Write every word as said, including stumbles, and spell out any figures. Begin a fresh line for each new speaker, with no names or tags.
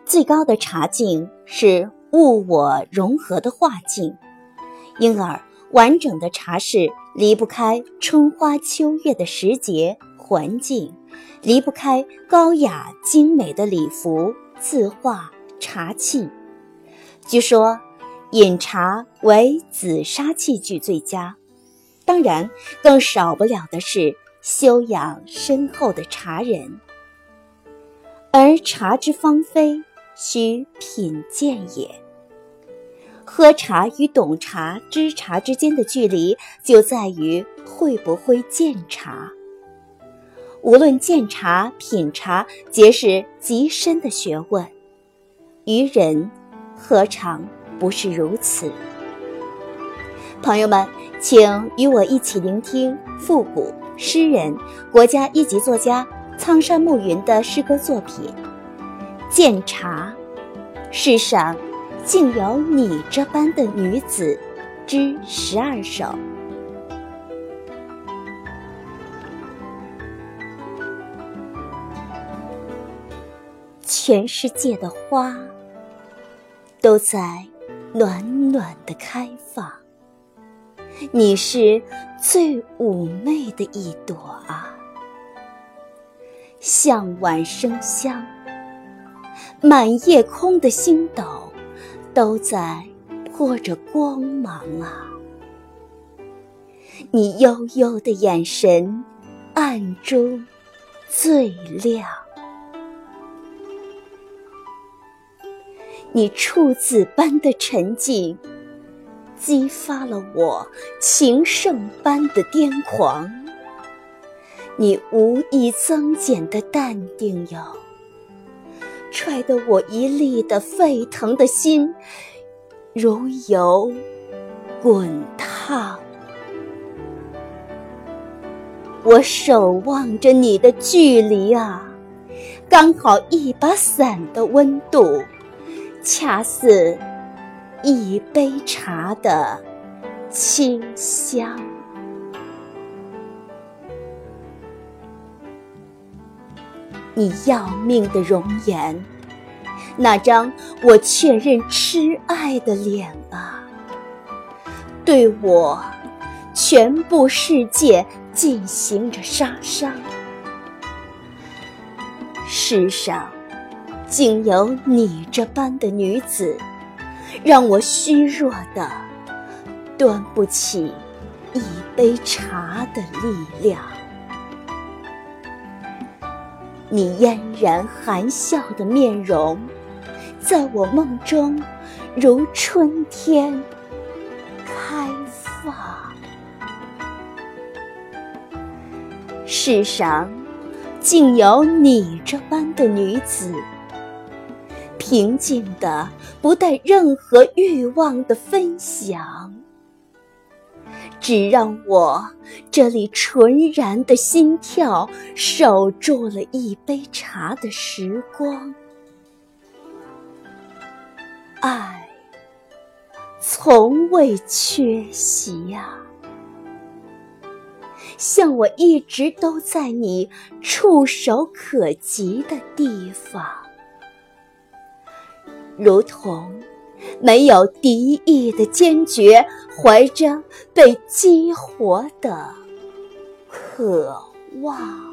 最高的茶境是物我融合的化境，因而完整的茶室离不开春花秋月的时节环境，离不开高雅精美的礼服字画茶器。据说饮茶为紫砂器具最佳，当然更少不了的是修养深厚的茶人。而茶之芳菲，须品鉴也。喝茶与懂茶知茶之间的距离，就在于会不会鉴茶。无论鉴茶品茶，皆是极深的学问，于人何尝不是如此？朋友们，请与我一起聆听复古诗人、国家一级作家苍山暮云的诗歌作品《鉴茶》，世上竟有你这般的女子之十二首。全世界的花都在暖暖地开放，你是最妩媚的一朵啊。向晚生香，满夜空的星斗都在破着光芒啊。你悠悠的眼神暗中最亮，你处子般的沉静激发了我情圣般的癫狂，你无意增减的淡定哟，揣得我一粒的沸腾的心如油滚烫。我守望着你的距离啊，刚好一把伞的温度，恰似一杯茶的清香。你要命的容颜，那张我确认痴爱的脸啊，对我全部世界进行着杀伤。世上竟有你这般的女子，让我虚弱的端不起一杯茶的力量。你嫣然含笑的面容，在我梦中如春天开放。世上竟有你这般的女子，平静的不带任何欲望的分享，只让我这里纯然的心跳守住了一杯茶的时光。爱从未缺席呀、啊，像我一直都在你触手可及的地方，如同没有敌意的坚决，怀着被激活的渴望。